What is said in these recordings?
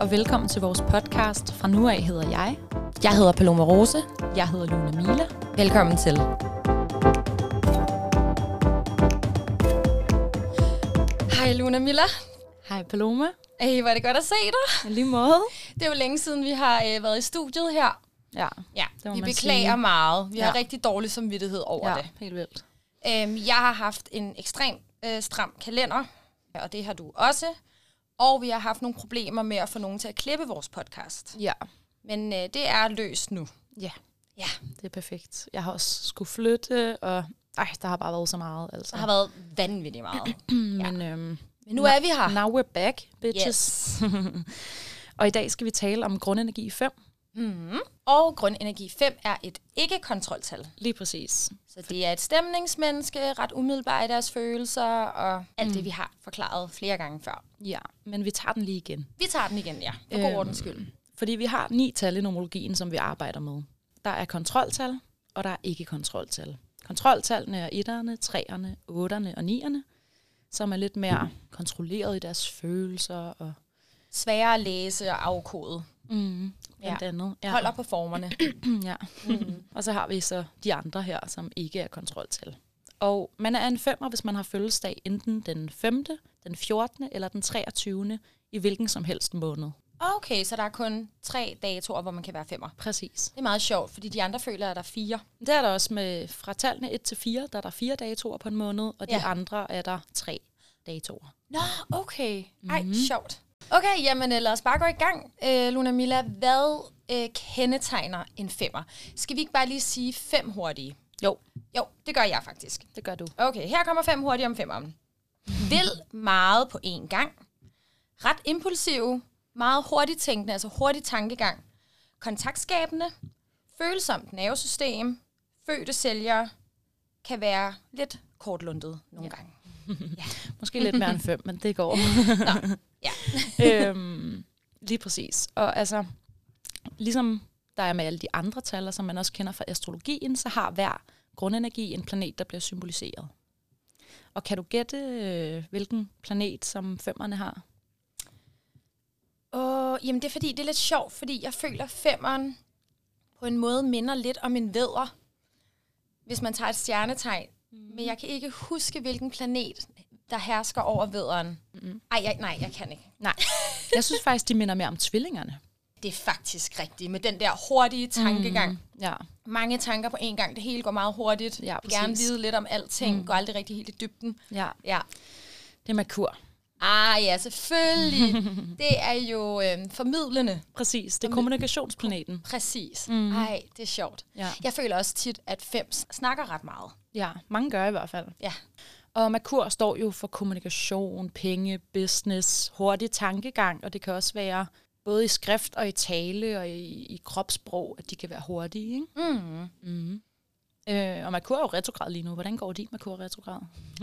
og velkommen til vores podcast. Fra nu af hedder jeg. Jeg hedder Paloma Rose. Jeg hedder Luna Mila. Velkommen til. Hej Luna Mila. Hej Paloma. Hey, hvor er det godt at se dig. Lige måde. Det er jo længe siden, vi har været i studiet her. Ja, vi beklager meget. Vi har rigtig dårlig samvittighed over det. Helt vildt. Jeg har haft en ekstrem stram kalender, og det har du også. Og vi har haft nogle problemer med at få nogen til at klippe vores podcast. Ja. Men det er løst nu. Ja, det er perfekt. Jeg har også skulle flytte, og der har bare været så meget. Altså. Der har været vanvittigt meget. Men nu er vi her. Now we're back, bitches. Yes. Og i dag skal vi tale om grundenergi 5. Mm-hmm. Og grundenergi 5 er et ikke-kontroltal. Lige præcis. Så det er et stemningsmenneske, ret umiddelbart i deres følelser, og alt det, vi har forklaret flere gange før. Ja, men vi tager den lige igen. Vi tager den igen, ja. For god ordens skyld. Fordi vi har 9 tal i numerologien, som vi arbejder med. Der er kontroltal, og der er ikke-kontroltal. Kontroltallene er 1'erne, 3'erne, 8'erne og 9'erne, som er lidt mere kontrolleret i deres følelser. Og svære at læse og afkode. Blandt andet. Ja. Holder på formerne. Ja. Og så har vi så de andre her, som ikke er kontroltal. Og man er en 5'er, hvis man har fødselsdag enten den 5., den 14. eller den 23. i hvilken som helst måned. Okay, så der er kun 3 datoer, hvor man kan være 5'er. Præcis. Det er meget sjovt, fordi de andre føler, at der er 4. Det er der også med fra tallene 1 til 4, der er der 4 datoer på en måned, og de andre er der 3 datoer. Nå, okay. Ej, sjovt. Okay, jamen lad os bare gå i gang. Luna Mila, hvad kendetegner en 5'er? Skal vi ikke bare lige sige 5 hurtige? Jo, det gør jeg faktisk. det gør du. Okay, her kommer 5 hurtige om 5'eren. Vil meget på én gang. Ret impulsiv. Meget hurtigt tænkende, altså hurtig tankegang. Kontaktskabende. Følsomt nervesystem. Fødte sælgere. Kan være lidt kortlundet nogle gange. Ja. Måske lidt mere end 5, men det går. Nå, ja. Lige præcis. Og altså, ligesom der er med alle de andre taler, som man også kender fra astrologien, så har hver grundenergi en planet, der bliver symboliseret. Og kan du gætte, hvilken planet, som 5'erne har? Jamen det er fordi, det er lidt sjovt, fordi jeg føler 5'eren på en måde minder lidt om en vædder, hvis man tager et stjernetegn. Men jeg kan ikke huske, hvilken planet, der hersker over vædderen. Nej, jeg kan ikke. Nej, jeg synes faktisk, de minder mere om tvillingerne. Det er faktisk rigtigt, med den der hurtige tankegang. Ja. Mange tanker på én gang, det hele går meget hurtigt. Ja, vil gerne vide lidt om alting, går aldrig rigtig helt i dybden. Ja. Ja. Det er Merkur. Ja, selvfølgelig. Det er jo formidlende. Præcis, det er kommunikationsplaneten. Præcis. Ej, det er sjovt. Ja. Jeg føler også tit, at 5 snakker ret meget. Ja, mange gør i hvert fald. Ja. Og Merkur står jo for kommunikation, penge, business, hurtig tankegang, og det kan også være både i skrift og i tale og i kropssprog, at de kan være hurtige, ikke? Og Merkur er jo retrograd lige nu. Hvordan går din Merkur retrograd?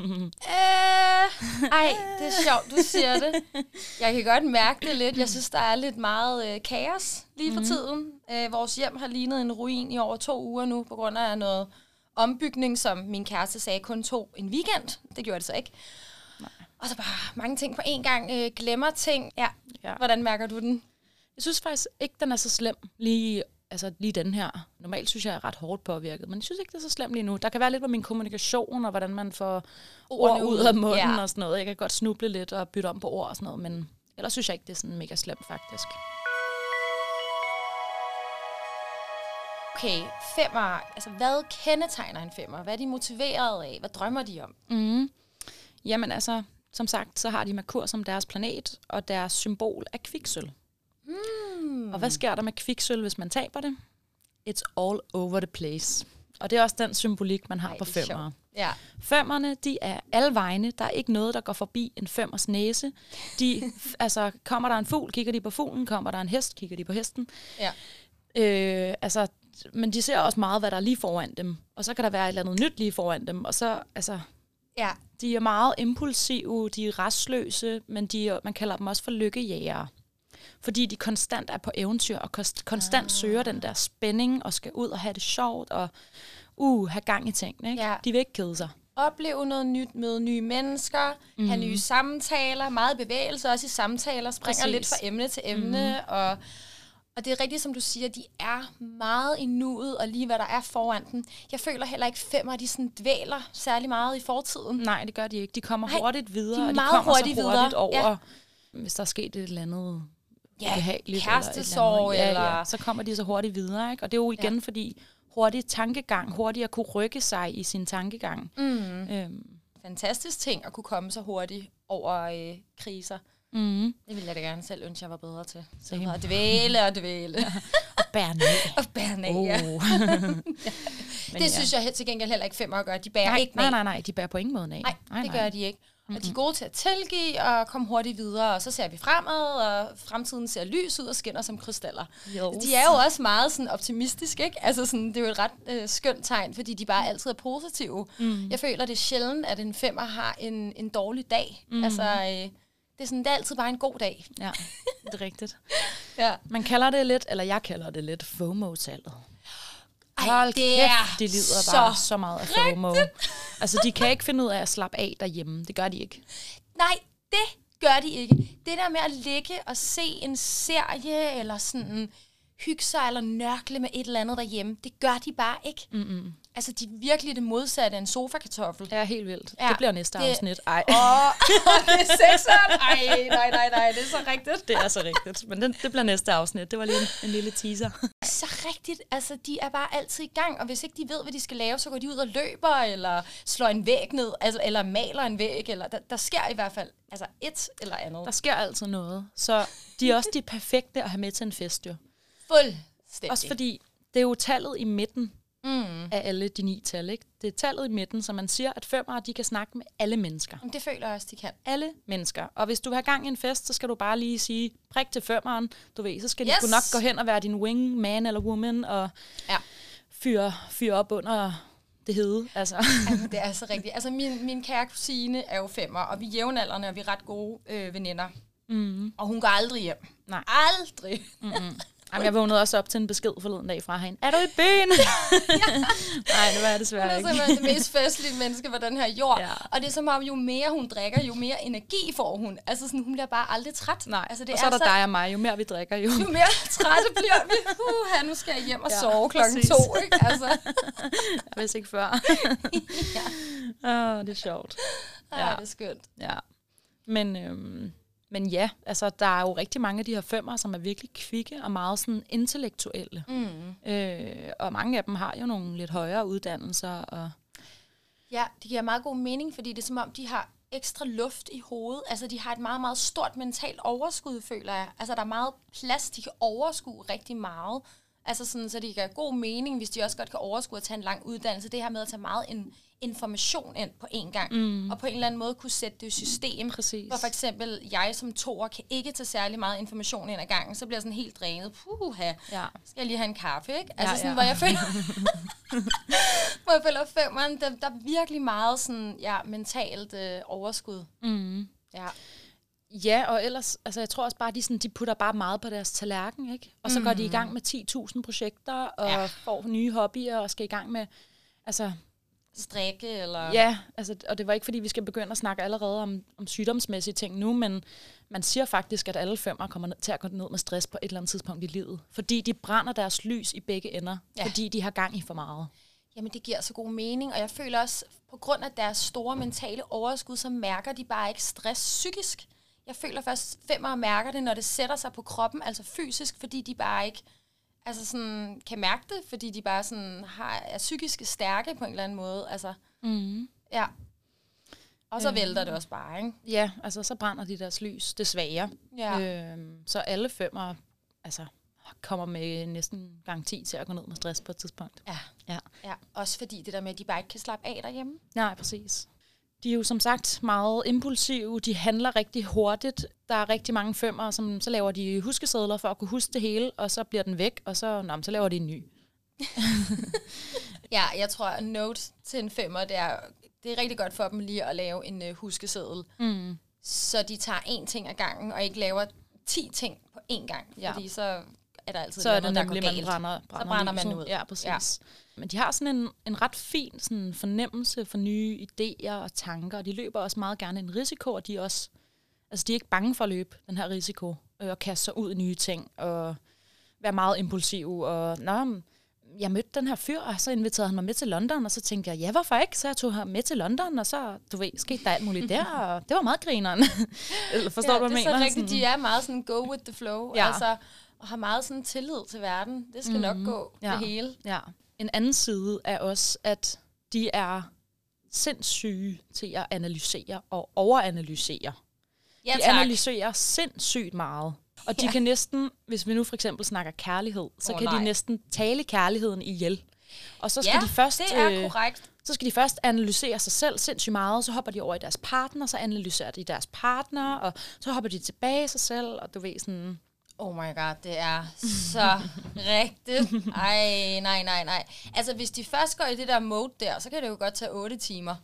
Ej, det er sjovt, du siger det. Jeg kan godt mærke det lidt. Jeg synes, der er lidt meget kaos lige for tiden. Vores hjem har lignet en ruin i over 2 uger nu, på grund af noget ombygning, som min kæreste sagde kun tog en weekend. Det gjorde det så ikke. Nej. Og så bare mange ting på én gang. Glemmer ting. Ja. Hvordan mærker du den? Jeg synes faktisk ikke, den er så slem lige den her. Normalt synes jeg er ret hårdt påvirket, men jeg synes ikke, det er så slemt lige nu. Der kan være lidt med min kommunikation, og hvordan man får ord ud af munden og sådan noget. Jeg kan godt snuble lidt og bytte om på ord og sådan noget, men ellers synes jeg ikke, det er sådan mega slemt faktisk. Okay, 5'er. Altså, hvad kendetegner en 5'er? Hvad er de motiveret af? Hvad drømmer de om? Jamen altså, som sagt, så har de Merkur som deres planet, og deres symbol er kviksølv. Og hvad sker der med kviksølv, hvis man taber det? It's all over the place. Og det er også den symbolik, man har på 5'ere. Ja. 5'erne, de er alle vegne. Der er ikke noget, der går forbi en 5'ers næse. Kommer der en fugl, kigger de på fuglen. Kommer der en hest, kigger de på hesten. Ja. Men de ser også meget, hvad der er lige foran dem. Og så kan der være et eller andet nyt lige foran dem. Og så, de er meget impulsive, de er restløse, men man kalder dem også for lykkejægere. Fordi de konstant er på eventyr, og konstant søger den der spænding, og skal ud og have det sjovt, og have gang i tingene. Ikke? Ja. De vil ikke kede sig. opleve noget nyt, møde nye mennesker, have nye samtaler, meget bevægelse, også i samtaler, springer lidt fra emne til emne, og det er rigtigt, som du siger, de er meget i nuet, og lige hvad der er foran dem. Jeg føler heller ikke femmer, de sådan dvæler særlig meget i fortiden. Nej, det gør de ikke. De kommer hurtigt videre, de og de kommer hurtigt så hurtigt over, hvis der er sket et eller andet behageligt. Kærestesorg, eller så kommer de så hurtigt videre, ikke? Og det er jo igen, fordi hurtig tankegang, hurtigt at kunne rykke sig i sin tankegang. Fantastisk ting at kunne komme så hurtigt over kriser. Det ville jeg da gerne selv ønske, jeg var bedre til. Så at dvæle og dvæle. Og bære ned. Og bære ned, ja. Det synes jeg til gengæld heller ikke femmer at gøre. De bærer ikke ned. Nej, de bærer på ingen måde ned. Nej, det gør de ikke. Og de er gode til at tilgive og komme hurtigt videre, og så ser vi fremad, og fremtiden ser lys ud og skinner som krystaller. Yes. De er jo også meget sådan optimistiske, ikke? Altså sådan, det er jo et ret skønt tegn, fordi de bare altid er positive. Jeg føler, det er sjældent, at en femmer har en dårlig dag. Altså, det er altid bare en god dag. Ja, det er rigtigt. Ja. Man kalder det lidt, eller jeg kalder det lidt FOMO-tallet. Hold kæft, de lider bare så meget af FOMO. Altså, de kan ikke finde ud af at slappe af derhjemme. Det gør de ikke. Nej, det gør de ikke. Det der med at ligge og se en serie, eller sådan hygge sig, eller nørkle med et eller andet derhjemme, det gør de bare ikke. Altså, de er virkelig det modsatte af en sofakartoffel. Ja, helt vildt. Ja, det bliver næste afsnit. Ej. Det er sekseren. Nej, det er så rigtigt. Det er så rigtigt. Men det bliver næste afsnit. Det var lige en lille teaser. Så rigtigt. Altså, de er bare altid i gang, og hvis ikke de ved, hvad de skal lave, så går de ud og løber, eller slår en væg ned, altså, eller maler en væg, eller der sker i hvert fald et eller andet. Der sker altid noget. Så de er også de perfekte at have med til en fest, jo. Fuldstændig. Også fordi det er jo tallet i midten af alle de 9 tal, ikke? Det er tallet i midten, så man siger, at femmere, de kan snakke med alle mennesker. Det føler jeg også, de kan. Alle mennesker. Og hvis du vil have gang i en fest, så skal du bare lige sige, prik til femmeren, du ved, så skal de sgu nok gå hen og være din wingman eller woman, og fyre op under det hede. Altså. Det er så rigtigt. Altså, min kære kusine er jo femmer, og vi er jævnaldrende, og vi er ret gode veninder. Og hun går aldrig hjem. Nej. Aldrig. Jamen, jeg vågnede også op til en besked forleden dag fra hende. Er du i byen? Nej, det var jeg desværre ikke. Hun er simpelthen det mest festlige menneske på den her jord. Ja. Og det er som om, jo mere hun drikker, jo mere energi får hun. Altså, sådan, hun bliver bare aldrig træt. Nej, altså, det og så er der dig og mig. Jo mere vi drikker, jo mere trætte bliver vi. Nu skal jeg hjem og sove klokken 2, ikke? Altså. Jeg vidste ikke før. Det er sjovt. Det er skønt. Ja. Men ja, altså der er jo rigtig mange af de her femmer, som er virkelig kvikke og meget sådan intellektuelle. Og mange af dem har jo nogle lidt højere uddannelser. Og ja, det giver meget god mening, fordi det er som om, de har ekstra luft i hovedet. Altså de har et meget, meget stort mentalt overskud, føler jeg. Altså der er meget plads, de kan overskue rigtig meget. Altså sådan, så det giver god mening, hvis de også godt kan overskue at tage en lang uddannelse. Det her med at tage meget information ind på en gang, og på en eller anden måde kunne sætte det i system. Præcis. For eksempel, jeg som toer kan ikke tage særlig meget information ind ad gangen, så bliver jeg sådan helt drænet. Skal jeg lige have en kaffe, ikke? Altså sådan, hvor jeg føler, hvor jeg føler femmeren, der er virkelig meget sådan, mentalt overskud. Ja, og ellers, altså jeg tror også bare, de putter bare meget på deres tallerken, ikke? Og så går de i gang med 10.000 projekter, og får nye hobbyer, og skal i gang med, altså strikke, eller... Ja, altså, og det var ikke, fordi vi skal begynde at snakke allerede om sygdomsmæssige ting nu, men man siger faktisk, at alle femmer kommer til at gå ned med stress på et eller andet tidspunkt i livet. Fordi de brænder deres lys i begge ender, fordi de har gang i for meget. Jamen, det giver så god mening, og jeg føler også, på grund af deres store mentale overskud, så mærker de bare ikke stress psykisk. Jeg føler først, femmer mærker det, når det sætter sig på kroppen, altså fysisk, fordi de bare ikke sådan, kan mærke det, fordi de bare sådan er psykisk stærke på en eller anden måde. Altså, ja. Og så vælter det også bare, ikke? Ja, altså så brænder de deres lys, desværre. Ja. Så alle femmer kommer med næsten garanti til at gå ned med stress på et tidspunkt. Ja. Også fordi det der med, at de bare ikke kan slappe af derhjemme. Nej, præcis. De er jo som sagt meget impulsive, de handler rigtig hurtigt. Der er rigtig mange femmer, som så laver de huskesedler for at kunne huske det hele, og så bliver den væk, og så laver de en ny. Ja, jeg tror, at note til en femmer, det er rigtig godt for dem lige at lave en huskeseddel. Så de tager én ting ad gangen, og ikke laver 10 ting på én gang. Fordi så er der altid så er det noget, nemlig, der går man så brænder man ud. Ja, præcis. Ja. Men de har sådan en ret fin sådan fornemmelse for nye idéer og tanker, og de løber også meget gerne en risiko, og de er ikke bange for at løbe den her risiko, og kaste sig ud i nye ting, og være meget impulsiv, og jeg mødte den her fyr, og så inviterede han mig med til London, og så tænkte jeg, ja, hvorfor ikke? Så jeg tog ham med til London, og så, skete der alt muligt der, og det var meget grineren. Eller forstår du, hvad jeg mener? Det er så rigtigt, de er meget sådan go with the flow, altså, og har meget sådan tillid til verden. Det skal nok gå, det hele. Ja. En anden side er også, at de er sindssyge til at analysere og overanalysere. Ja, de analyserer sindssygt meget. Og de kan næsten, hvis vi nu for eksempel snakker kærlighed, så kan de næsten tale kærligheden ihjel. Og så skal de først, det er korrekt. Så skal de først analysere sig selv sindssygt meget, så hopper de over i deres partner, så analyserer de deres partner, og så hopper de tilbage i sig selv, og du ved sådan... Oh my god, det er så rigtigt. Ej, nej. Altså, hvis de først går i det der mode der, så kan det jo godt tage 8 timer.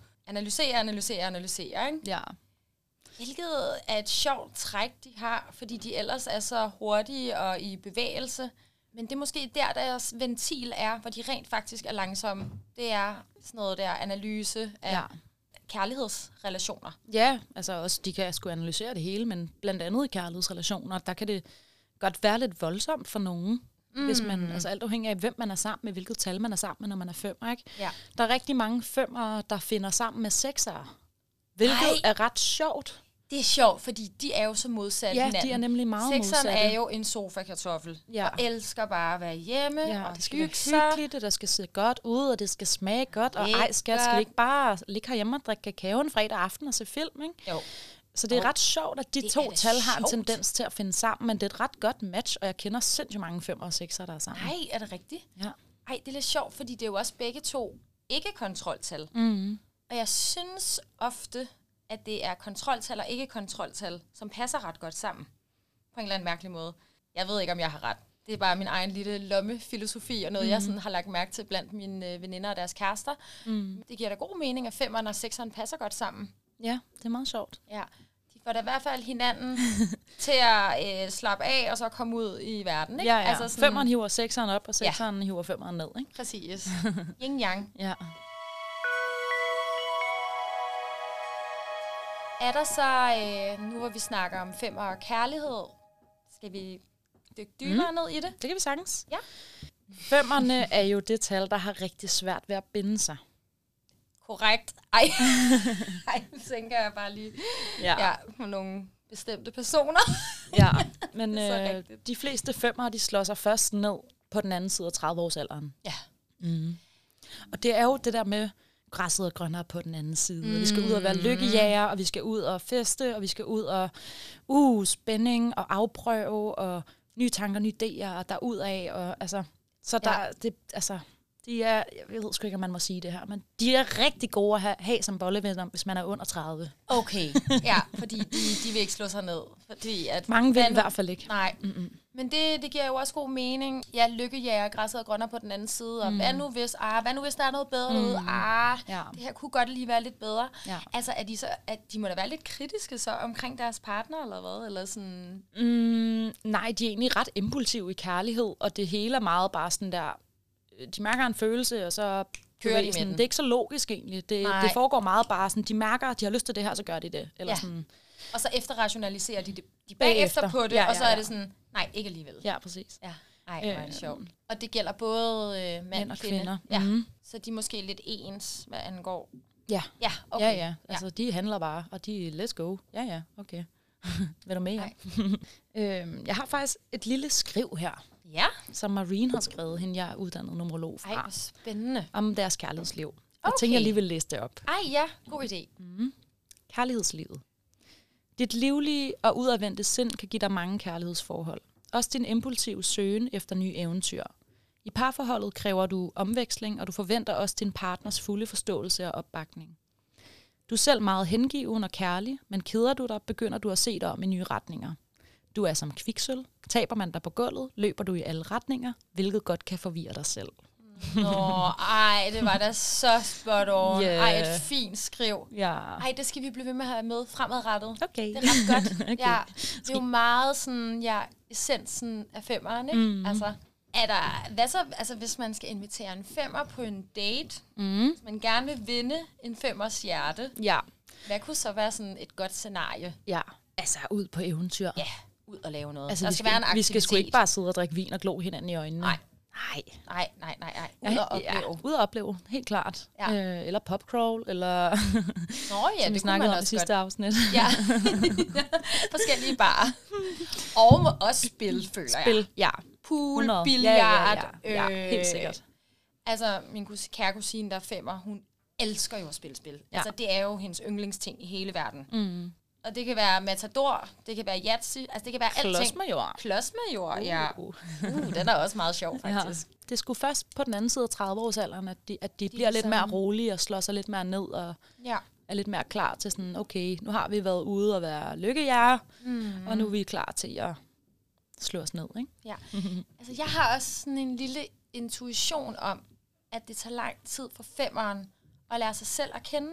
Analysere, ikke? Ja. Hvilket er et sjovt træk, de har, fordi de ellers er så hurtige og i bevægelse. Men det er måske der, deres ventil er, hvor de rent faktisk er langsomme. Det er sådan noget der analyse af kærlighedsrelationer. Ja, altså også, de kan sgu analysere det hele, men blandt andet i kærlighedsrelationer, der kan det godt være lidt voldsomt for nogen. Hvis man, altså alt afhængig af, hvem man er sammen med, hvilket tal man er sammen med, når man er 5, ikke? Ja. Der er rigtig mange 5'ere, der finder sammen med 6'ere, hvilket er ret sjovt. Det er sjovt, fordi de er jo så modsat hinanden. Ja, de er nemlig meget modsatte. 6'eren er jo en sofa-kartoffel, og elsker bare at være hjemme og det skal være hyggeligt, og det skal se godt ud, og det skal smage godt, og skal ikke bare ligge herhjemme og drikke kakao en fredag aften og se film, ikke? Jo. Så det er ret sjovt, at de to tal har en tendens til at finde sammen, men det er et ret godt match, og jeg kender sindssygt mange 5'ere og 6'ere, der er sammen. Nej, er det rigtigt? Ja. Ej, det er lidt sjovt, fordi det er jo også begge to ikke-kontroltal. Og jeg synes ofte, at det er kontroltal og ikke-kontroltal, som passer ret godt sammen. På en eller anden mærkelig måde. Jeg ved ikke, om jeg har ret. Det er bare min egen lille lommefilosofi, og noget, jeg sådan har lagt mærke til blandt mine veninder og deres kærester. Det giver da god mening, at 5'eren og 6'eren passer godt sammen. Ja, det er meget sjovt. Ja, de får da i hvert fald hinanden til at slappe af, og så komme ud i verden, ikke? Ja. Altså sådan, 5'eren hiver 6'eren op, og 6'eren hiver 5'eren ned, ikke? Præcis. Yin-yang. Ja. Er der så, nu hvor vi snakker om 5'ere og kærlighed, skal vi dykke dybere ned i det? Det kan vi sagtens. Ja. 5'erne er jo det tal, der har rigtig svært ved at binde sig. Korrekt. Ej, nu tænker jeg bare lige på nogle bestemte personer. Ja, men de fleste 5'ere, de slår sig først ned på den anden side af 30-årsalderen. Ja. Og det er jo det der med, græsset er grønnere på den anden side. Vi skal ud og være lykkejæger, og vi skal ud og feste, og vi skal ud og spænding og afprøve, og nye tanker, nye idéer, og derudad. Og, altså, så de er, jeg ved sgu ikke, om man må sige det her, men de er rigtig gode at have som bollevenner, hvis man er under 30. Okay, ja, fordi de vil ikke slå sig ned. Fordi at mange vil i hvert fald ikke. Nej, men det giver jo også god mening. Ja, lykkejæger, græsset er grønnere på den anden side, og hvad nu hvis der er noget bedre derude? Det her kunne godt lige være lidt bedre. Ja. Altså, de må da være lidt kritiske så omkring deres partner, eller hvad? Eller sådan? Nej, de er egentlig ret impulsive i kærlighed, og det hele er meget bare sådan der, de mærker en følelse, og så kører de med den. Det er ikke så logisk egentlig. Det foregår meget bare sådan, de mærker, at de har lyst til det her, så gør de det. Eller sådan. Og så efterrationaliserer de bagefter på det, og så er det sådan, nej, ikke alligevel. Ja, præcis. Ja. Ej, hvor er det sjovt. Og det gælder både mænd og kvinder. Ja. Så de er måske lidt ens, hvad angår. Ja. Ja, okay. Ja. Altså, de handler bare, og de let's go. Ja, okay. Vil du med? Jeg har faktisk et lille skriv her. Ja. Som Marine har skrevet, hende jeg er uddannet numerolog fra. Ej, hvor spændende. Om deres kærlighedsliv. Jeg tænker, jeg lige vil læse det op. Ej, ja. God idé. Kærlighedslivet. Dit livlige og udadvendte sind kan give dig mange kærlighedsforhold. Også din impulsive søgen efter nye eventyr. I parforholdet kræver du omveksling, og du forventer også din partners fulde forståelse og opbakning. Du er selv meget hengiven og kærlig, men keder du dig, begynder du at se dig om i nye retninger. Du er som kviksølv. Taber man dig på gulvet, løber du i alle retninger, hvilket godt kan forvirre dig selv. Nå, ej, det var da så spot on. Yeah. Ej, et fint skriv. Ja. Ej, det skal vi blive ved med at have med fremadrettet. Okay. Det er ret godt. Okay. Ja, det er jo meget sådan, essensen af femmeren, ikke? Altså, er der, hvad så, altså hvis man skal invitere en femmer på en date, hvis man gerne vil vinde en femmers hjerte, Ja. hvad kunne så være sådan et godt scenarie? Ja. Altså, ud på eventyr. Ja, ud og lave noget. Altså, der skal være en aktivitet. vi skal sgu ikke bare sidde og drikke vin og glo hinanden i øjnene. Nej. Nej. Nej. Ud og opleve. Ja, ud og opleve, helt klart. Ja. Eller popcrawl, eller Nå ja, som vi det kunne snakkede man om i også sidste godt. afsnit. Ja, forskellige barer. Og må også spil, føler jeg. Spil, ja. Pool, 100. billard. Ja, helt sikkert. Altså, min kære kusine, der er femmer, hun elsker jo at spille spil. Ja. Altså, det er jo hendes yndlingsting i hele verden. Mm. Og det kan være Matador, det kan være Yahtzee, altså det kan være alting. Klodsmajor. Klodsmajor, ja. Den er også meget sjov, faktisk. Ja. Det skulle først på den anden side af 30-årsalderen, at de bliver lidt mere rolige og slår sig lidt mere ned og er lidt mere klar til sådan, okay, nu har vi været ude og være lykkejæger, og nu er vi klar til at slå os ned, ikke? Ja. Altså, jeg har også sådan en lille intuition om, at det tager lang tid for femmeren at lære sig selv at kende.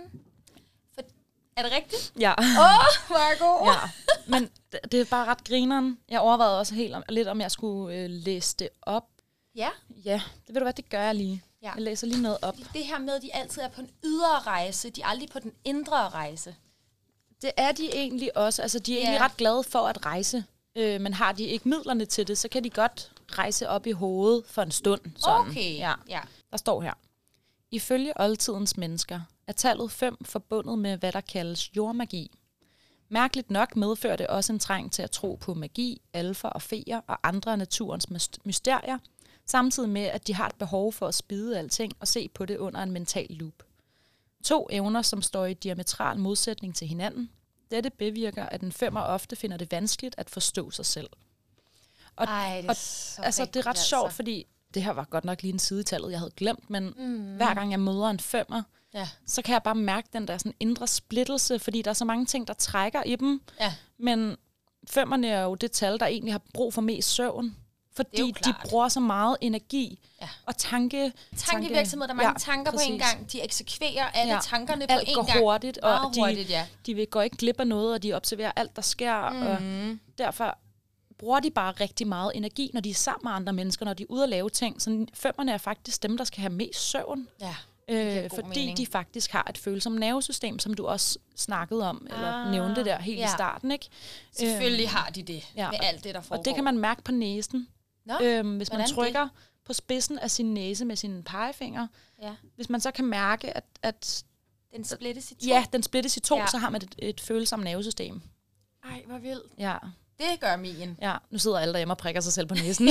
Er det rigtigt? Ja. Hvor er god. Ja, men det er bare ret grineren. Jeg overvejede også lidt, om jeg skulle læse det op. Ja. Ja, det ved du hvad, det gør jeg lige. Ja. Jeg læser lige noget op. Det her med, at de altid er på en ydre rejse, de er aldrig på den indre rejse. Det er de egentlig også. Altså, de er egentlig ret glade for at rejse. Men har de ikke midlerne til det, så kan de godt rejse op i hovedet for en stund. Sådan. Okay. Ja. Der står her. Ifølge oldtidens mennesker er tallet 5 forbundet med, hvad der kaldes jordmagi. Mærkeligt nok medfører det også en træng til at tro på magi, alfer og feer og andre af naturens mysterier, samtidig med, at de har et behov for at spide alting og se på det under en mental loop. 2 evner, som står i diametral modsætning til hinanden. Dette bevirker, at en femmer ofte finder det vanskeligt at forstå sig selv. Og, ej, det er så altså, det er ret sjovt, fordi det her var godt nok lige en sidetallet, jeg havde glemt, men hver gang jeg møder en femmer, så kan jeg bare mærke den der sådan indre splittelse, fordi der er så mange ting, der trækker i dem. Ja. Men femmerne er jo det tal, der egentlig har brug for mest søvn, fordi de bruger så meget energi og tankevirksomhed. Der er mange tanker på en gang. De eksekverer alle tankerne på en gang. Alt går hurtigt, og de går ikke glip af noget, og de observerer alt, der sker. Og derfor bruger de bare rigtig meget energi, når de er sammen med andre mennesker, når de er ude at lave ting. Så femmerne er faktisk dem, der skal have mest søvn. Ja. Fordi de faktisk har et følsomt nervesystem, som du også snakkede om, eller nævnte der helt i starten, ikke? Selvfølgelig har de det, med alt det, der foregår. Og det kan man mærke på næsen. Hvis man trykker på spidsen af sin næse med sine pegefinger, hvis man så kan mærke, at den splittes i to. Ja, den splittes i to, så har man et følsomt nervesystem. Ej, hvor vildt. Ja. Det gør min. Ja, nu sidder alle derhjemme og prikker sig selv på næsen.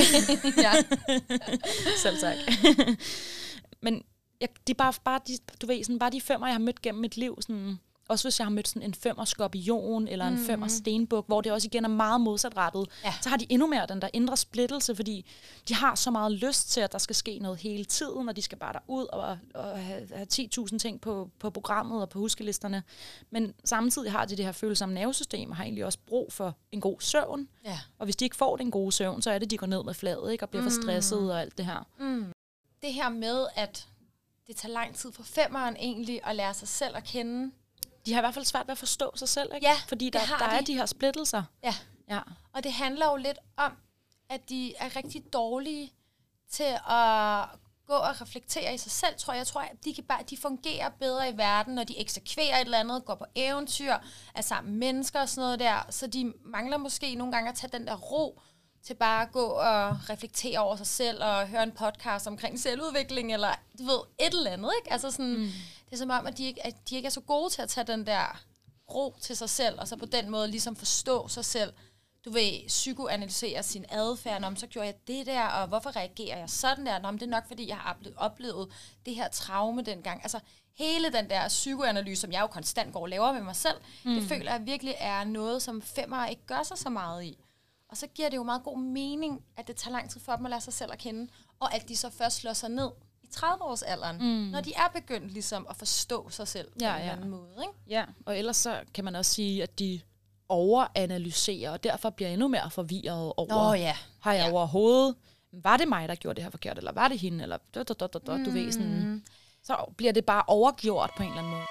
Selv tak. Men de er bare de, du ved, sådan, bare de femmer, jeg har mødt gennem mit liv, sådan, også hvis jeg har mødt sådan en femmer skorpion, eller en femmer stenbuk, hvor det også igen er meget modsatrettet, så har de endnu mere den der indre splittelse, fordi de har så meget lyst til, at der skal ske noget hele tiden, og de skal bare derud og have 10.000 ting på programmet og på huskelisterne. Men samtidig har de det her følsomme nervesystem, og har egentlig også brug for en god søvn. Ja. Og hvis de ikke får den gode søvn, så er det, de går ned med fladet, ikke, og bliver for stresset og alt det her. Det her med, at det tager lang tid for femmeren egentlig at lære sig selv at kende. De har i hvert fald svært ved at forstå sig selv, ikke? Ja, fordi der er de her splittelser. Ja. Og det handler jo lidt om, at de er rigtig dårlige til at gå og reflektere i sig selv, tror jeg. Jeg tror, at de fungerer bedre i verden, når de eksekverer et eller andet, går på eventyr, er sammen med mennesker og sådan noget der. Så de mangler måske nogle gange at tage den der ro til bare at gå og reflektere over sig selv og høre en podcast omkring selvudvikling, eller du ved, et eller andet, ikke? Altså sådan, det er som om, at de ikke er så gode til at tage den der ro til sig selv, og så på den måde ligesom forstå sig selv. Du ved, psykoanalysere sin adfærd, om så gjorde jeg det der, og hvorfor reagerer jeg sådan der? Nå, men det er nok, fordi jeg har oplevet det her traume dengang. Altså, hele den der psykoanalyse, som jeg jo konstant går og laver med mig selv, det føler jeg virkelig er noget, som femmer ikke gør sig så meget i. Og så giver det jo meget god mening, at det tager lang tid for dem at lære sig selv at kende, og at de så først slår sig ned i 30-årsalderen, når de er begyndt ligesom at forstå sig selv på en eller anden måde. Ikke? Ja, og ellers så kan man også sige, at de overanalyserer, og derfor bliver endnu mere forvirret over, har jeg overhovedet var det mig, der gjorde det her forkert, eller var det hende, eller du ved sådan, så bliver det bare overgjort på en eller anden måde.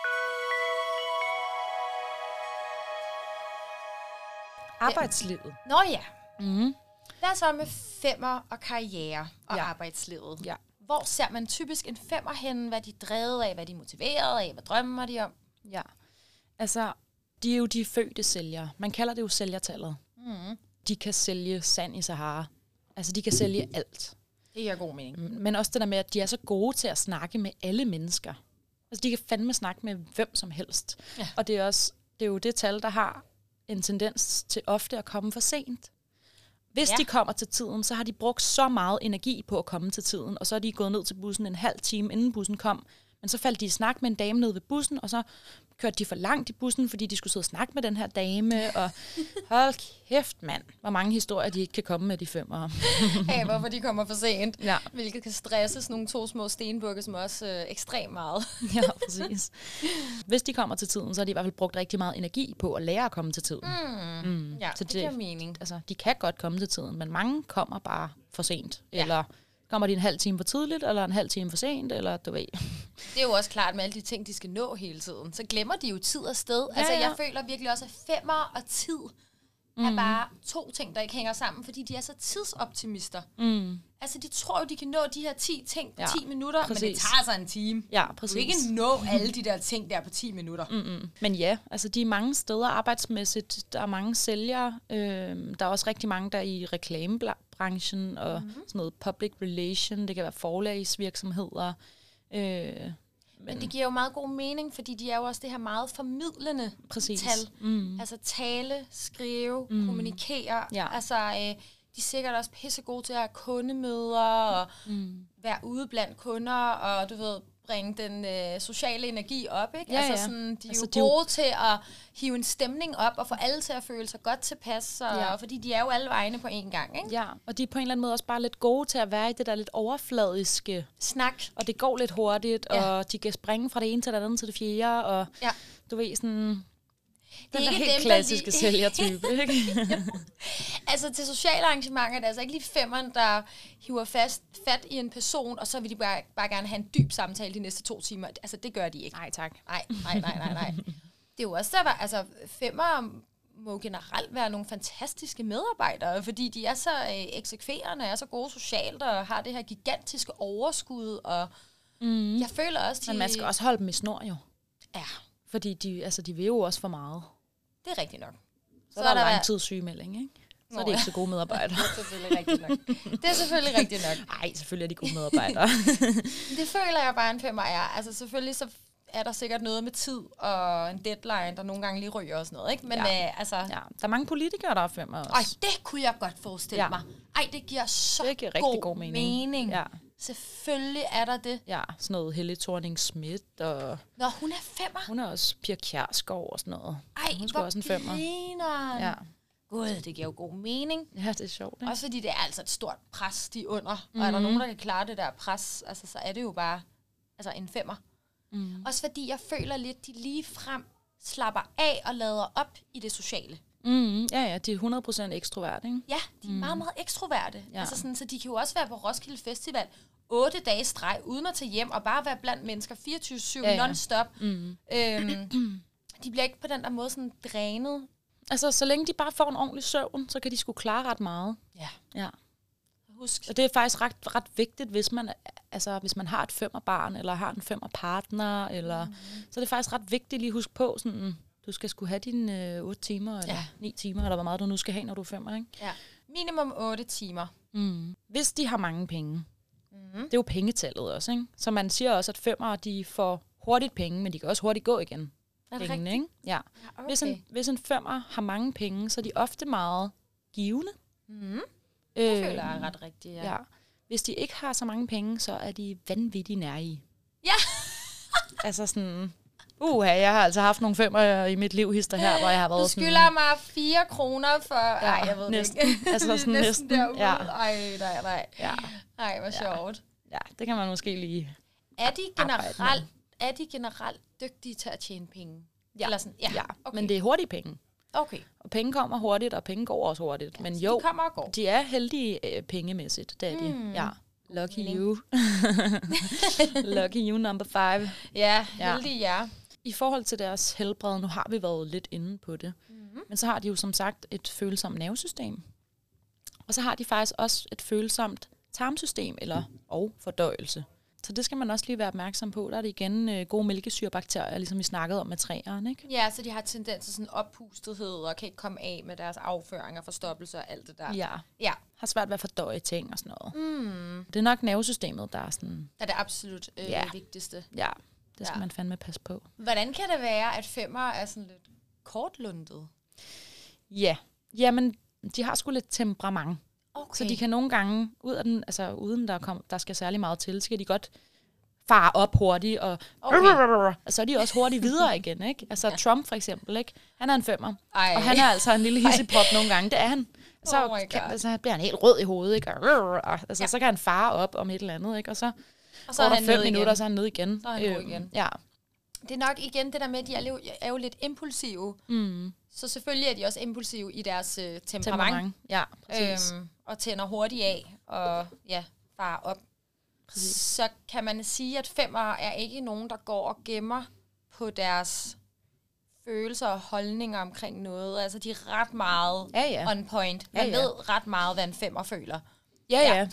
Arbejdslivet. Nå ja. Hvad så med femmer og karriere og arbejdslivet? Ja. Hvor ser man typisk en femmer henne? Hvad er de drevet af? Hvad er de motiveret af? Hvad drømmer de om? Ja, altså, de er jo de fødte sælgere. Man kalder det jo sælgertallet. De kan sælge sand i Sahara. Altså, de kan sælge alt. Det giver god mening. Men også det der med, at de er så gode til at snakke med alle mennesker. Altså, de kan fandme snakke med hvem som helst. Ja. Og det er jo det tal, der har en tendens til ofte at komme for sent. Hvis de kommer til tiden, så har de brugt så meget energi på at komme til tiden, og så er de gået ned til bussen en halv time, inden bussen kom. Men så faldt de i snak med en dame nede ved bussen, og så kørte de for langt i bussen, fordi de skulle sidde og snakke med den her dame. Og hold kæft, mand, hvor mange historier de ikke kan komme med de femmer. Ja, hvorfor de kommer for sent. Ja. Hvilket kan stresse sådan nogle 2 små stenbukke, som også ekstremt meget. Ja, præcis. Hvis de kommer til tiden, så har de i hvert fald brugt rigtig meget energi på at lære at komme til tiden. Ja, Så det giver mening. Altså, de kan godt komme til tiden, men mange kommer bare for sent. Ja. Eller kommer de en halv time for tidligt, eller en halv time for sent, eller du ved. Det er jo også klart med alle de ting, de skal nå hele tiden. Så glemmer de jo tid og sted. Ja, altså, jeg føler virkelig også, at femmer og tid er bare 2 ting, der ikke hænger sammen, fordi de er så tidsoptimister. Altså, de tror jo, de kan nå de her 10 ting på 10 minutter, præcis. Men det tager altså en time. Ja, præcis. Du kan ikke nå alle de der ting der på 10 minutter. Men ja, altså de er mange steder arbejdsmæssigt. Der er mange sælgere. Der er også rigtig mange, der er i reklamebranchen og sådan noget public relation. Det kan være forlagsvirksomheder. Men det giver jo meget god mening, fordi de er jo også det her meget formidlende tal. Altså tale, skrive, kommunikere. Ja. Altså, de er sikkert også pissegode til at have kundemøder og være ude blandt kunder og du ved, bringe den sociale energi op, ikke? Ja, altså sådan, de er jo gode til at hive en stemning op og få alle til at føle sig godt tilpas, og fordi de er jo alle vegne på én gang, ikke? Ja, og de er på en eller anden måde også bare lidt gode til at være i det der lidt overfladiske snak. Og det går lidt hurtigt, og de kan springe fra det ene til det andet til det fjerde, og du ved sådan... Den er helt klassiske sælgertype, ikke? Altså til sociale arrangementer, det er altså ikke lige femmeren, der hiver fat i en person, og så vil de bare gerne have en dyb samtale de næste 2 timer. Altså det gør de ikke. Nej, tak. Nej. Det er jo også der, altså femmer må generelt være nogle fantastiske medarbejdere, fordi de er så eksekverende, er så gode socialt, og har det her gigantiske overskud, og jeg føler også, Men man skal også holde dem i snor, jo. Ja. Fordi de vil jo også for meget. Det er rigtigt nok. Så er der langtidssygemelding, ikke? Så er de ikke så gode medarbejdere. Det er selvfølgelig rigtigt nok. Det er selvfølgelig rigtigt nok. Nej, selvfølgelig er de gode medarbejdere. Det føler jeg bare en femmer er. Altså selvfølgelig så er der sikkert noget med tid og en deadline, der nogle gange lige ryger og sådan noget, ikke? Men altså... Ja, der er mange politikere, der er femmer også. Ej, det kunne jeg godt forestille mig. Ej, det giver så rigtig god mening. Ja. Selvfølgelig er der det. Ja, sådan noget Helle Thorning-Schmidt og... Nå, hun er femmer. Hun er også Pia Kjærsgaard og sådan noget. Ej, hun skulle også en femmer. Ja. Gud, det giver jo god mening. Ja, det er sjovt, ikke? Også fordi det er altså et stort pres, de er under. Og er der nogen, der kan klare det der pres, altså, så er det jo bare en femmer. Også fordi jeg føler lidt, de lige frem slapper af og lader op i det sociale. Ja, de er 100% ekstrovert, ikke? Ja, de er meget, meget ekstroverte. Ja. Altså sådan, så de kan jo også være på Roskilde Festival 8 dage streg, uden at tage hjem, og bare være blandt mennesker 24/7 non-stop. De bliver ikke på den der måde sådan drænet. Altså, så længe de bare får en ordentlig søvn, så kan de sgu klare ret meget. Ja. Husk. Og det er faktisk ret vigtigt, hvis man har et femmerbarn, eller har en femmerpartner, eller så er det faktisk ret vigtigt lige at huske på, sådan, du skal sgu have dine 8 timer, eller 9 timer, eller hvor meget du nu skal have, når du er femmer, ikke? Ja, minimum 8 timer. Hvis de har mange penge. Det er jo pengetallet også, ikke? Så man siger også, at femmer, de får hurtigt penge, men de kan også hurtigt gå igen. Er det pengene, rigtigt? Ikke? Ja. Okay. Hvis en femmer har mange penge, så er de ofte meget givende. Det føler jeg er ret rigtigt, ja. Hvis de ikke har så mange penge, så er de vanvittigt nærige. Ja! Altså sådan... jeg har altså haft nogle femmer i mit liv hister her, hvor jeg har været du skylder mig 4 kroner for... Ej, jeg ved næsten. det ikke. Altså sådan næsten derude. Ja. Ej, nej. Ja. Ej, hvor sjovt. Ja, det kan man måske lige Er de generelt dygtige til at tjene penge? Ja, eller sådan? Okay. Men det er hurtige penge. Okay. Og penge kommer hurtigt, og penge går også hurtigt. Men jo, de kommer og går. De er heldige pengemæssigt, det er de. Ja. Lucky you. Lucky you number 5. Ja, heldige jer. I forhold til deres helbred, nu har vi været lidt inde på det, men så har de jo som sagt et følsomt nervesystem. Og så har de faktisk også et følsomt tarmsystem og fordøjelse. Så det skal man også lige være opmærksom på. Der er det igen gode mælkesyrebakterier, ligesom vi snakkede om med træerne, ikke? Ja, så de har tendens til sådan oppustethed og kan ikke komme af med deres afføring og forstoppelse og alt det der. Ja. Har svært ved at fordøje ting og sådan noget. Det er nok nervesystemet, der er sådan... Er det absolut vigtigste. Ja, det skal man fandme passe på. Hvordan kan det være, at 5'er er sådan lidt kortlundet? Ja, jamen, de har sgu lidt temperament. Okay. Så de kan nogle gange, uden der skal særlig meget til, så kan de godt fare op hurtigt, og så er de også hurtigt videre igen, ikke? Altså Trump for eksempel, ikke? Han er en 5'er, og han er altså en lille hissepop nogle gange, det er han. Så bliver han helt rød i hovedet, ikke? Så kan han fare op om et eller andet, ikke? Og så går der 5 minutter, og så er han ned igen. Så er han god igen. Ja. Det er nok igen det der med, at de er jo lidt impulsive. Så selvfølgelig er de også impulsive i deres temperament. Ja, præcis. Og tænder hurtigt af og farer op. Præcis. Så kan man sige, at 5'er er ikke nogen, der går og gemmer på deres følelser og holdninger omkring noget. Altså, de er ret meget on point. Man ved ret meget, hvad en 5'er føler. Ja.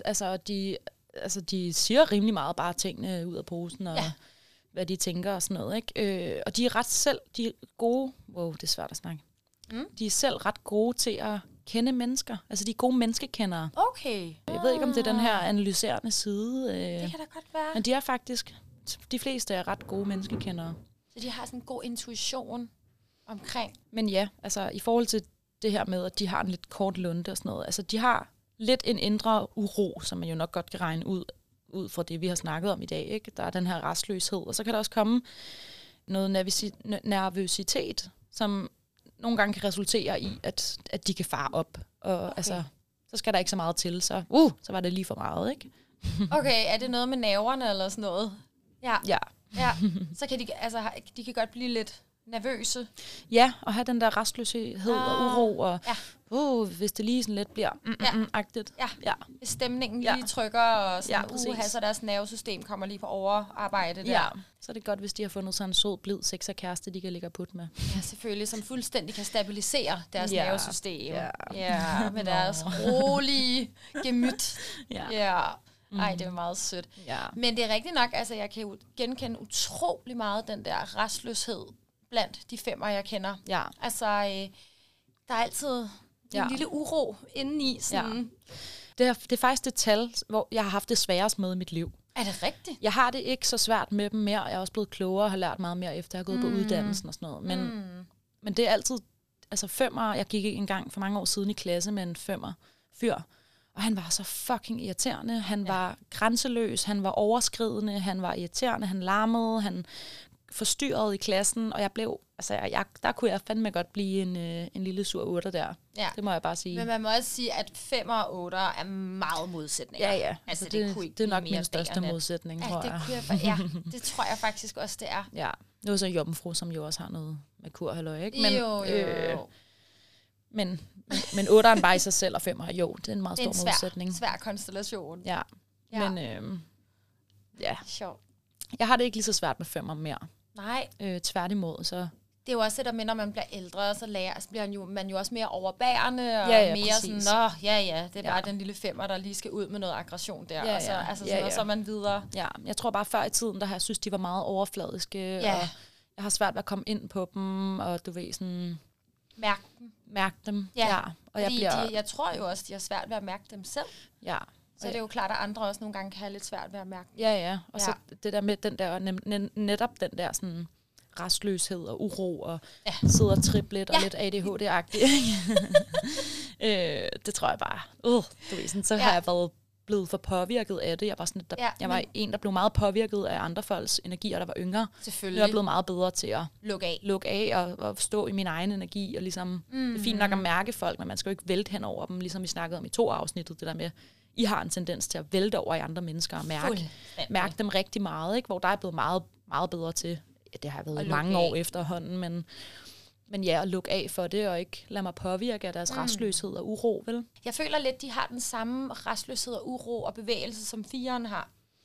Altså, de siger rimelig meget bare tingene ud af posen, og hvad de tænker og sådan noget, ikke? Og de er de er gode... Wow, det er svært at snakke. De er selv ret gode til at kende mennesker. Altså, de er gode menneskekendere. Okay. Jeg ved ikke, om det er den her analyserende side. Det kan da godt være. Men de er faktisk... De fleste er ret gode menneskekendere. Så de har sådan en god intuition omkring... Men ja, altså i forhold til det her med, at de har en lidt kort lunte og sådan noget. Altså, de har lidt en indre uro, som man jo nok godt kan regne ud fra det, vi har snakket om i dag, ikke? Der er den her restløshed. Og så kan der også komme noget nervøsitet, som nogle gange kan resultere i, at de kan fare op. Og altså, så skal der ikke så meget til, så var det lige for meget, ikke? Okay, er det noget med nerverne eller sådan noget? Ja. Så kan de kan godt blive lidt nervøse. Ja, og have den der restløshed og uro, og hvis det lige sådan lidt bliver agtigt. Ja. Hvis stemningen lige trykker, og sådan, så deres nervesystem kommer lige på overarbejde der. Ja, så er det godt, hvis de har fundet sådan en sød, blid sexerkæreste, de kan ligge og putte med. Ja, selvfølgelig, som fuldstændig kan stabilisere deres nervesystem. Ja, med deres rolige gemyt. Ej, det er meget sødt. Ja. Men det er rigtigt nok, altså jeg kan jo genkende utrolig meget den der restløshed blandt de 5'er, jeg kender. Ja. Altså, der er altid en lille uro indeni. Sådan. Ja. Det er faktisk det tal, hvor jeg har haft det sværest med i mit liv. Er det rigtigt? Jeg har det ikke så svært med dem mere. Jeg er også blevet klogere og har lært meget mere, efter jeg har gået på uddannelsen og sådan noget. Men det er altid... Altså 5'er... Jeg gik engang for mange år siden i klasse med en 5'er fyr. Og han var så fucking irriterende. Han var grænseløs. Han var overskridende. Han var irriterende. Han larmede. Han forstyrrede i klassen. Og jeg blev... Altså, der kunne jeg fandme godt blive en lille sur 8'er der. Ja. Det må jeg bare sige. Men man må også sige, at 5'er og 8'er er meget modsætninger. Ja. Altså, det er nok min største modsætning, tror jeg. Det tror jeg faktisk også, det er. Ja. Det var så jomfru, som jo også har noget med kurhalløj, ikke? Men, jo. Men 8'eren bare i sig selv, og 5'er, jo, det er en meget stor modsætning. Det er en svær konstellation. Ja. Men sjovt. Jeg har det ikke lige så svært med 5'er mere. Nej. Tværtimod, så... Det er jo også det der med, når man bliver ældre, så bliver man jo også mere overbærende, og mere præcis. Sådan, det er bare den lille 5'er, der lige skal ud med noget aggression der, og så er man videre. Ja, jeg tror bare før i tiden, der har jeg synes, de var meget overfladiske, og jeg har svært ved at komme ind på dem, og du ved sådan... Mærke dem. Ja. Og jeg tror jo også, de har svært ved at mærke dem selv. Ja. Så det er jo klart, at andre også nogle gange kan have lidt svært ved at mærke dem. Ja. Og så det der med den der, netop den der sådan... restløshed og uro, og sidder og trippe lidt, og lidt ADHD-agtigt. Det tror jeg bare. Du ved, sådan, så har jeg været blevet for påvirket af det. Jeg var, sådan, jeg var en, der blev meget påvirket af andre folks energier, der var yngre. Selvfølgelig. Jeg er blevet meget bedre til at lukke af og stå i min egen energi. Og ligesom, det er fint nok at mærke folk, men man skal jo ikke vælte hen over dem, ligesom vi snakkede om i 2 afsnittet, det der med, I har en tendens til at vælte over i andre mennesker og mærke dem rigtig meget, ikke? Hvor der er blevet meget, meget bedre til. Det har været mange år efterhånden, Men ja, at lukke af for det, og ikke lade mig påvirke af deres rastløshed og uro, vel? Jeg føler lidt, de har den samme rastløshed og uro og bevægelse, som 4'eren har.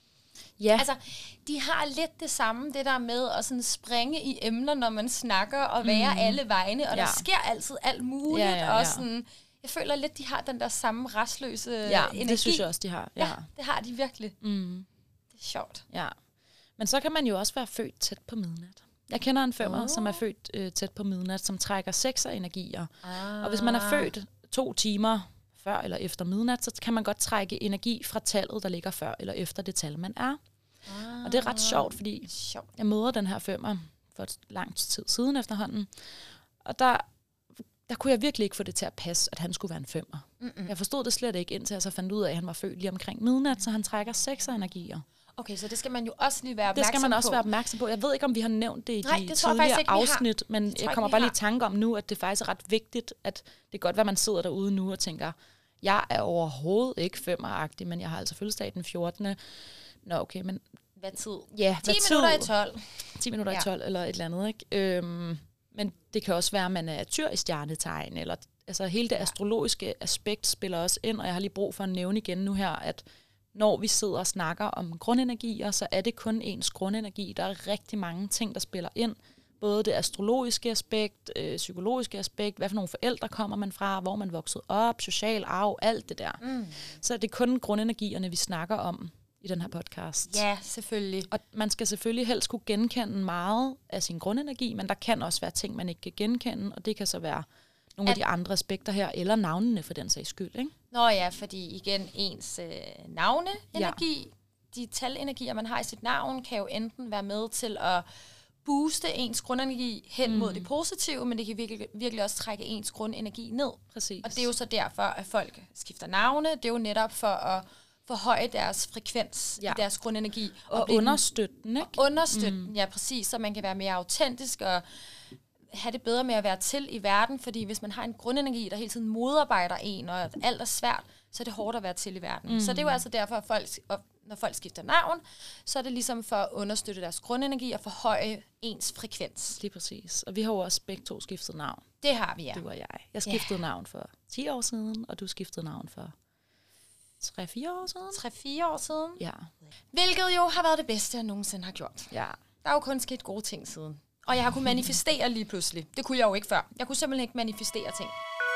Ja. Altså, de har lidt det samme, det der med at sådan springe i emner, når man snakker, og være alle vegne, og der sker altid alt muligt, og sådan... Jeg føler lidt, de har den der samme rastløse energi. Det synes jeg også, de har. Ja, det har de virkelig. Det er sjovt. Ja. Men så kan man jo også være født tæt på midnat. Jeg kender en 5'er, som er født tæt på midnat, som trækker 6'er energier. Og hvis man er født 2 timer før eller efter midnat, så kan man godt trække energi fra tallet, der ligger før eller efter det tal, man er. Og det er ret sjovt, fordi jeg møder den her 5'er for et langt tid siden efterhånden. Og der kunne jeg virkelig ikke få det til at passe, at han skulle være en 5'er. Jeg forstod det slet ikke, indtil jeg så fandt ud af, at han var født lige omkring midnat, så han trækker 6'er energier. Okay, så det skal man jo også lige være opmærksom på. Det skal man også være opmærksom på. Jeg ved ikke, om vi har nævnt det i de tidligere afsnit, men jeg kommer bare lige i tanke om nu, at det faktisk er ret vigtigt, at det er godt, at man sidder derude nu og tænker, jeg er overhovedet ikke 5'er-agtig, men jeg har altså fødselsdag den 14. Nå, okay, men... Hvad tid? Ja, 10 minutter i 12. 10 minutter i 12 eller et eller andet, ikke? Men det kan også være, at man er tyr i stjernetegn, eller altså hele det astrologiske aspekt spiller også ind, og jeg har lige brug for at nævne igen nu her, at når vi sidder og snakker om grundenergier, så er det kun ens grundenergi. Der er rigtig mange ting, der spiller ind. Både det astrologiske aspekt, psykologiske aspekt, hvad for nogle forældre kommer man fra, hvor man voksede op, social arv, alt det der. Så er det kun grundenergierne, vi snakker om i den her podcast. Ja, selvfølgelig. Og man skal selvfølgelig helst kunne genkende meget af sin grundenergi, men der kan også være ting, man ikke kan genkende, og det kan så være nogle af de andre aspekter her, eller navnene for den sags skyld, ikke? Nå ja, fordi igen, ens navneenergi, de talenergier, man har i sit navn, kan jo enten være med til at booste ens grundenergi hen mod det positive, men det kan virkelig også trække ens grundenergi ned. Præcis. Og det er jo så derfor, at folk skifter navne. Det er jo netop for at forhøje deres frekvens i deres grundenergi. Og understøtte den, ikke? Understøtte den, ja, præcis, så man kan være mere autentisk og have det bedre med at være til i verden, fordi hvis man har en grundenergi, der hele tiden modarbejder en, og alt er svært, så er det hårdt at være til i verden. Så det er jo altså derfor, at når folk skifter navn, så er det ligesom for at understøtte deres grundenergi og forhøje ens frekvens. Lige præcis. Og vi har jo også begge to skiftet navn. Det har vi, ja. Du og jeg. Jeg skiftede navn for 10 år siden, og du skiftede navn for 3-4 år siden. 3-4 år siden. Ja. Hvilket jo har været det bedste, jeg nogensinde har gjort. Ja. Der er jo kun sket gode ting siden. Og jeg har kunnet manifestere lige pludselig. Det kunne jeg jo ikke før. Jeg kunne simpelthen ikke manifestere ting.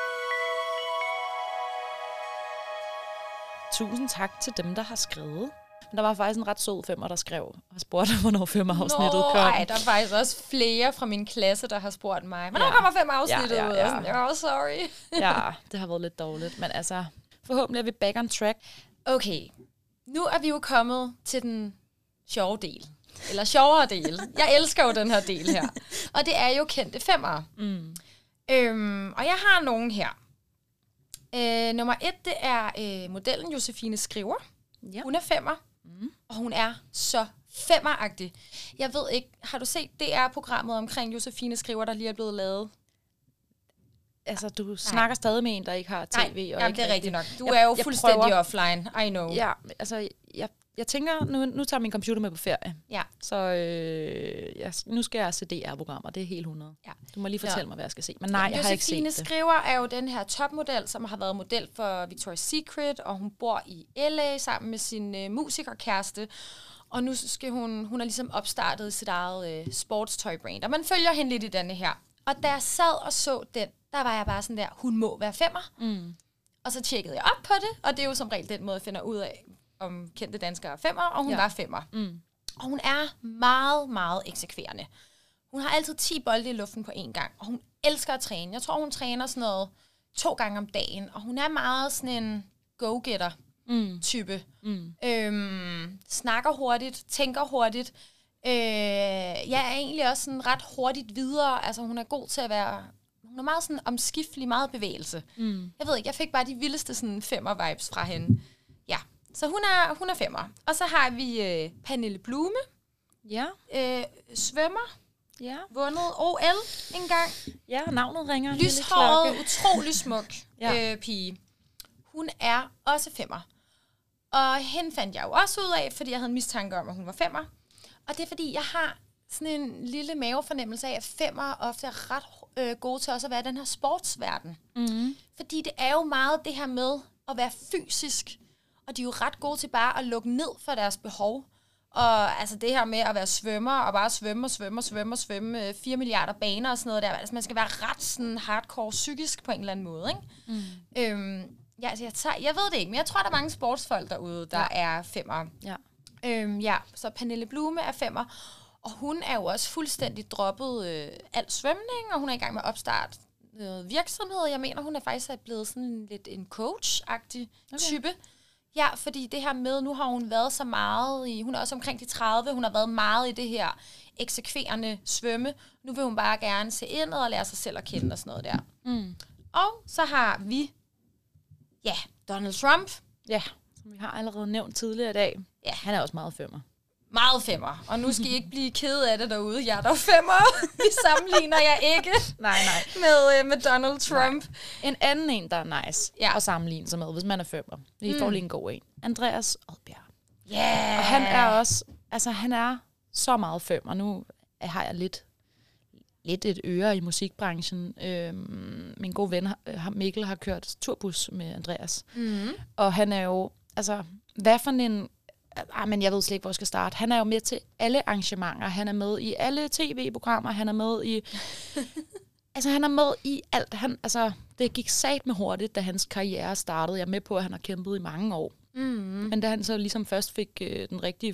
Tusind tak til dem, der har skrevet. Men der var faktisk en ret sød 5'er, der skrev og spurgte, hvornår 5'er-afsnittet kom. Nej, der er faktisk også flere fra min klasse, der har spurgt mig. Hvornår kommer 5'er-afsnittet ud? Jeg sorry. Ja, det har været lidt dårligt. Men altså, forhåbentlig er vi back on track. Okay, nu er vi jo kommet til den sjove del. Eller sjovere del. Jeg elsker jo den her del her. Og det er jo kendte 5'ere. Og jeg har nogen her. Nummer 1, det er modellen Josefine Skriver. Ja. Hun er 5'er, og hun er så 5'er-agtig. Jeg ved ikke, har du set DR-programmet omkring Josefine Skriver, der lige er blevet lavet? Altså, du snakker stadig med en, der ikke har tv. Nej, det er rigtigt nok. Du er jo fuldstændig offline, I know. Ja, altså, jeg tænker, nu tager min computer med på ferie. Ja. Så nu skal jeg se DR-programmer, det er helt 100. Ja. Du må lige fortælle mig, hvad jeg skal se. Men nej, jeg har ikke set det. Josefine Skriver er jo den her topmodel, som har været model for Victoria's Secret, og hun bor i LA sammen med sin musikerkæreste. Og nu skal hun har ligesom opstartet sit eget sportstøj-brand, og man følger hende lidt i denne her. Og da jeg sad og så den, der var jeg bare sådan der, hun må være 5'er. Og så tjekkede jeg op på det, og det er jo som regel den måde, jeg finder ud af, om kendte danskere er 5'er, og hun var 5'er. Og hun er meget, meget eksekverende. Hun har altid 10 bolde i luften på én gang, og hun elsker at træne. Jeg tror, hun træner sådan noget 2 gange om dagen, og hun er meget sådan en go-getter-type. Snakker hurtigt, tænker hurtigt. Jeg er egentlig også sådan ret hurtigt videre. Altså, hun er god til at være... Hun er meget sådan omskiftelig, meget bevægelse. Jeg ved ikke, jeg fik bare de vildeste sådan 5'er-vibes fra hende. Ja, så hun er 5'er. Og så har vi Pernille Blume. Ja. Svømmer. Ja. Vundet OL engang. Ja, navnet ringer. Lyshåret, utrolig smuk pige. Hun er også 5'er. Og hende fandt jeg jo også ud af, fordi jeg havde en mistanke om, at hun var 5'er. Og det er fordi, jeg har sådan en lille mavefornemmelse af, at 5'er ofte er ret gode til også at være i den her sportsverden. Fordi det er jo meget det her med at være fysisk, og de er jo ret gode til bare at lukke ned for deres behov. Og altså det her med at være svømmer, og bare svømme 4 milliarder baner og sådan noget der. Altså man skal være ret sådan hardcore psykisk på en eller anden måde, ikke? Ja, altså jeg ved det ikke, men jeg tror, der er mange sportsfolk derude, der er femmer. Ja. Så Pernille Blume er femmer, og hun er jo også fuldstændig droppet al svømning, og hun er i gang med at opstarte virksomhed. Jeg mener, hun er faktisk blevet sådan lidt en coach-agtig type. Ja, fordi det her med, nu har hun været så meget i, hun er også omkring de 30, hun har været meget i det her eksekverende svømme. Nu vil hun bare gerne se ind og lære sig selv at kende og sådan noget der. Og så har vi, Donald Trump. Ja, som vi har allerede nævnt tidligere i dag. Ja. Han er også meget femmer. Meget femmer. Og nu skal I ikke blive ked af det derude. Jeg er der femmer. Vi sammenligner jeg ikke nej. Med Donald Trump. Nej. En anden en, der er nice at sammenligne sig med, hvis man er femmer. Vi får lige en god en. Andreas Odbjerg. Yeah. Og han er også, altså han er så meget femmer. Nu har jeg lidt et øre i musikbranchen. Min gode ven Mikkel har kørt turbus med Andreas. Og han er jo, altså, hvad for en... men jeg ved slet ikke, hvor jeg skal starte. Han er jo med til alle arrangementer. Han er med i alle tv-programmer. Han er med i... altså, han er med i alt. Det gik satme hurtigt, da hans karriere startede. Jeg er med på, at han har kæmpet i mange år. Men da han så ligesom først fik den rigtige...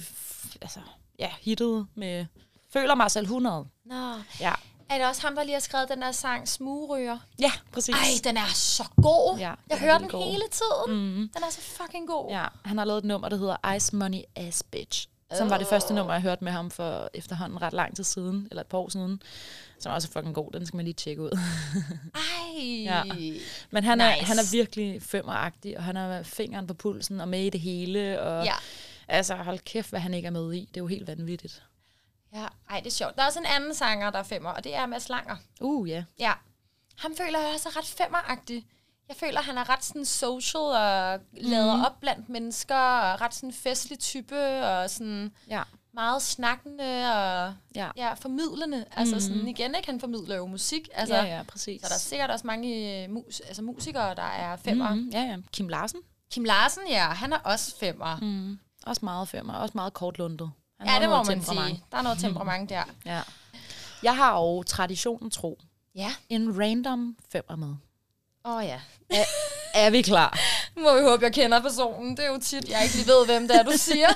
hittet med... Føler mig selv 100. Nå. Ja. Er det også ham, der lige har skrevet den der sang Smugryger? Ja, præcis. Ej, den er så god. Ja, jeg hører den hele tiden. Den er så fucking god. Ja, han har lavet et nummer, der hedder Ice Money Ass Bitch. Som var det første nummer, jeg hørte med ham for efterhånden ret lang tid siden, eller et par år siden. Som er også fucking god, den skal man lige tjekke ud. Ej. Ja. Men han er virkelig femmeragtig, og han har fingeren på pulsen og med i det hele. Og altså, hold kæft, hvad han ikke er med i. Det er jo helt vanvittigt. Ja, ej, det er sjovt. Der er også en anden sanger, der er femmer, og det er Mads Langer. Ja. Ja. Han føler jeg også ret femmeragtig. Jeg føler, han er ret sådan social og lader op blandt mennesker, og ret sådan festlig type, og sådan meget snakkende og formidlende. Altså sådan igen, ikke? Han formidler jo musik. Altså, ja, præcis. Så der er sikkert også mange musikere, der er femmer. Ja. Kim Larsen. Kim Larsen, ja. Han er også femmer. Også meget femmer. Også meget kortlundet. Ja, det må man sige. Der er noget temperament der. Ja. Jeg har jo traditionen tro. Ja. En random femmer med. Ja. Er vi klar? Nu må vi håbe, jeg kender personen. Det er jo tit, jeg ikke lige ved, hvem det er, du siger.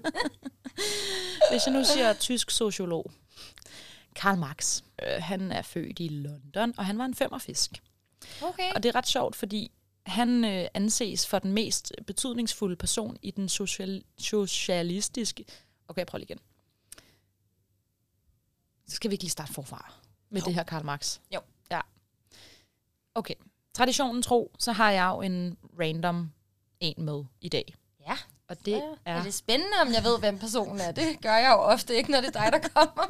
Hvis jeg nu siger tysk sociolog. Karl Marx. Han er født i London, og han var en femmerfisk. Okay. Og det er ret sjovt, fordi han anses for den mest betydningsfulde person i den socialistiske... Okay, jeg prøver lige igen. Så skal vi ikke lige starte forfra med det her Karl Marx? Jo. Ja. Okay. Traditionen tro, så har jeg jo en random en med i dag. Ja. Og det er det spændende, om jeg ved, hvem personen er? Det gør jeg jo ofte ikke, når det er dig, der kommer.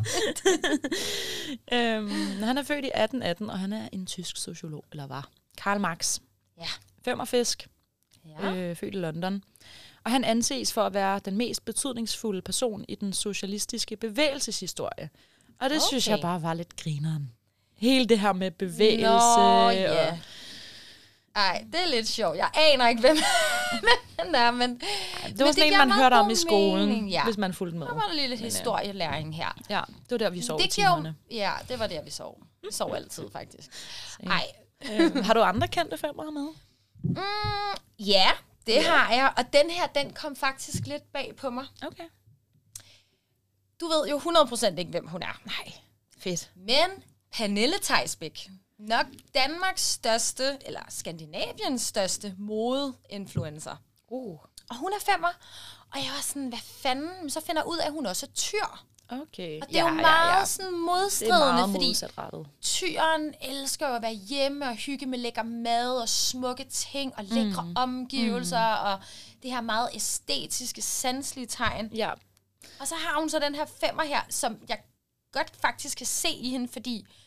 Han er født i 1818, og han er en tysk sociolog, eller var. Karl Marx. Ja. Femmerfisk. Ja. Født i London. Og han anses for at være den mest betydningsfulde person i den socialistiske bevægelseshistorie. Og det synes jeg bare var lidt grineren. Hele det her med bevægelse. Ja. Ej, det er lidt sjovt. Jeg aner ikke, hvem han er, men... Det var sådan en, man hørte om i skolen, hvis man fulgte med. Der var lige lidt historielæring her. Ja, det var der, vi sov i timerne. Ja, det var der, vi sov. Vi sov altid, faktisk. Ej. Har du andre kendte femmer med? Ja, det har jeg. Og den her, den kom faktisk lidt bag på mig. Okay. Du ved jo 100% ikke, hvem hun er. Nej, fedt. Men Pernille Theisbæk, nok Danmarks største, eller Skandinaviens største modeinfluencer. Og hun er femmer. Og jeg var sådan, hvad fanden? Så finder jeg ud af, at hun også er tyr. Okay. Og det er jo meget sådan modstridende, fordi tyren elsker jo at være hjemme og hygge med lækker mad og smukke ting og lækre omgivelser og det her meget æstetiske, sanselige tegn. Ja. Og så har hun så den her femmer her, som jeg godt faktisk kan se i hende, fordi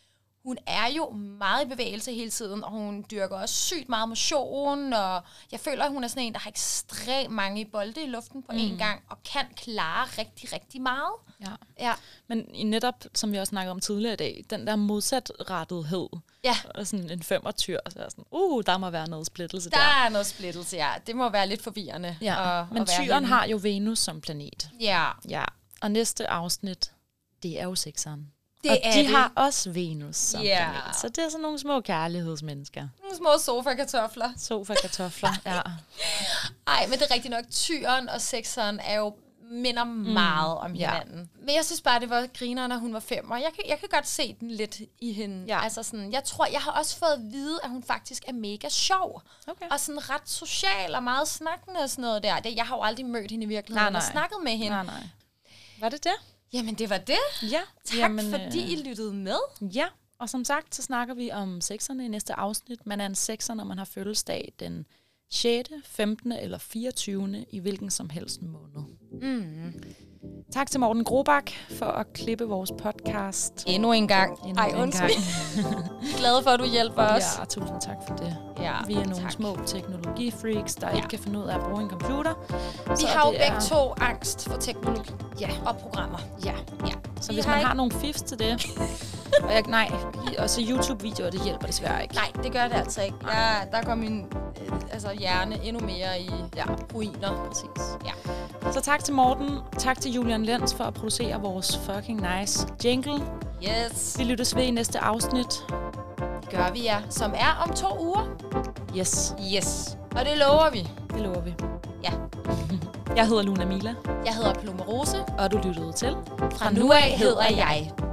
hun er jo meget i bevægelse hele tiden, og hun dyrker også sygt meget motion, og jeg føler, at hun er sådan en, der har ekstremt mange bolde i luften på én gang, og kan klare rigtig, rigtig meget. Ja. Men netop, som vi også snakkede om tidligere i dag, den der modsatrettethed, og sådan en 5'er-tyr, så er sådan, der må være noget splittelse der. Der er noget splittelse, ja. Det må være lidt forvirrende. Men tyren har jo Venus som planet. Ja. Og næste afsnit, det er jo 6'eren. Og de har også Venus som planet. Så det er sådan nogle små kærlighedsmennesker. Nogle små sofa-kartofler. Sofa-kartofler, ja. Ej, men det er rigtigt nok. Tyren og 6'eren er jo minder meget om hinanden. Men jeg synes bare, det var grineren, når hun var 5 år. Jeg kan godt se den lidt i hende. Ja. Altså sådan, jeg tror, jeg har også fået at vide, at hun faktisk er mega sjov. Okay. Og sådan ret social og meget snakkende og sådan noget der. Jeg har jo aldrig mødt hende i virkeligheden og snakket med hende. Nej. Var det det? Jamen, det var det. Ja. Tak, fordi I lyttede med. Ja, og som sagt, så snakker vi om 6'erne i næste afsnit. Man er en 6'er, når man har fødselsdag den 6., 15. eller 24. i hvilken som helst måned. Tak til Morten Grobak for at klippe vores podcast. Endnu en gang. Undskyld. Vi er glade for, at du hjælper os. Ja, og tusind tak for det. Ja, vi er nogle små teknologifreaks, der ikke kan finde ud af at bruge en computer. Vi har jo begge to angst for teknologi og programmer. Ja. Så hvis man har nogle fifs til det, og så YouTube-videoer, det hjælper desværre ikke. Nej, det gør det altså ikke. Der går min hjerne endnu mere i ruiner. Præcis. Ja. Så tak til Morten. Tak til Julian Lenz for at producere vores fucking nice jingle. Yes. Vi lyttes ved i næste afsnit. Det gør vi, som er om 2 uger. Yes. Og det lover vi. Ja. Jeg hedder Luna Mila. Jeg hedder Paloma Rose. Og du lyttede til Fra nu af hedder jeg.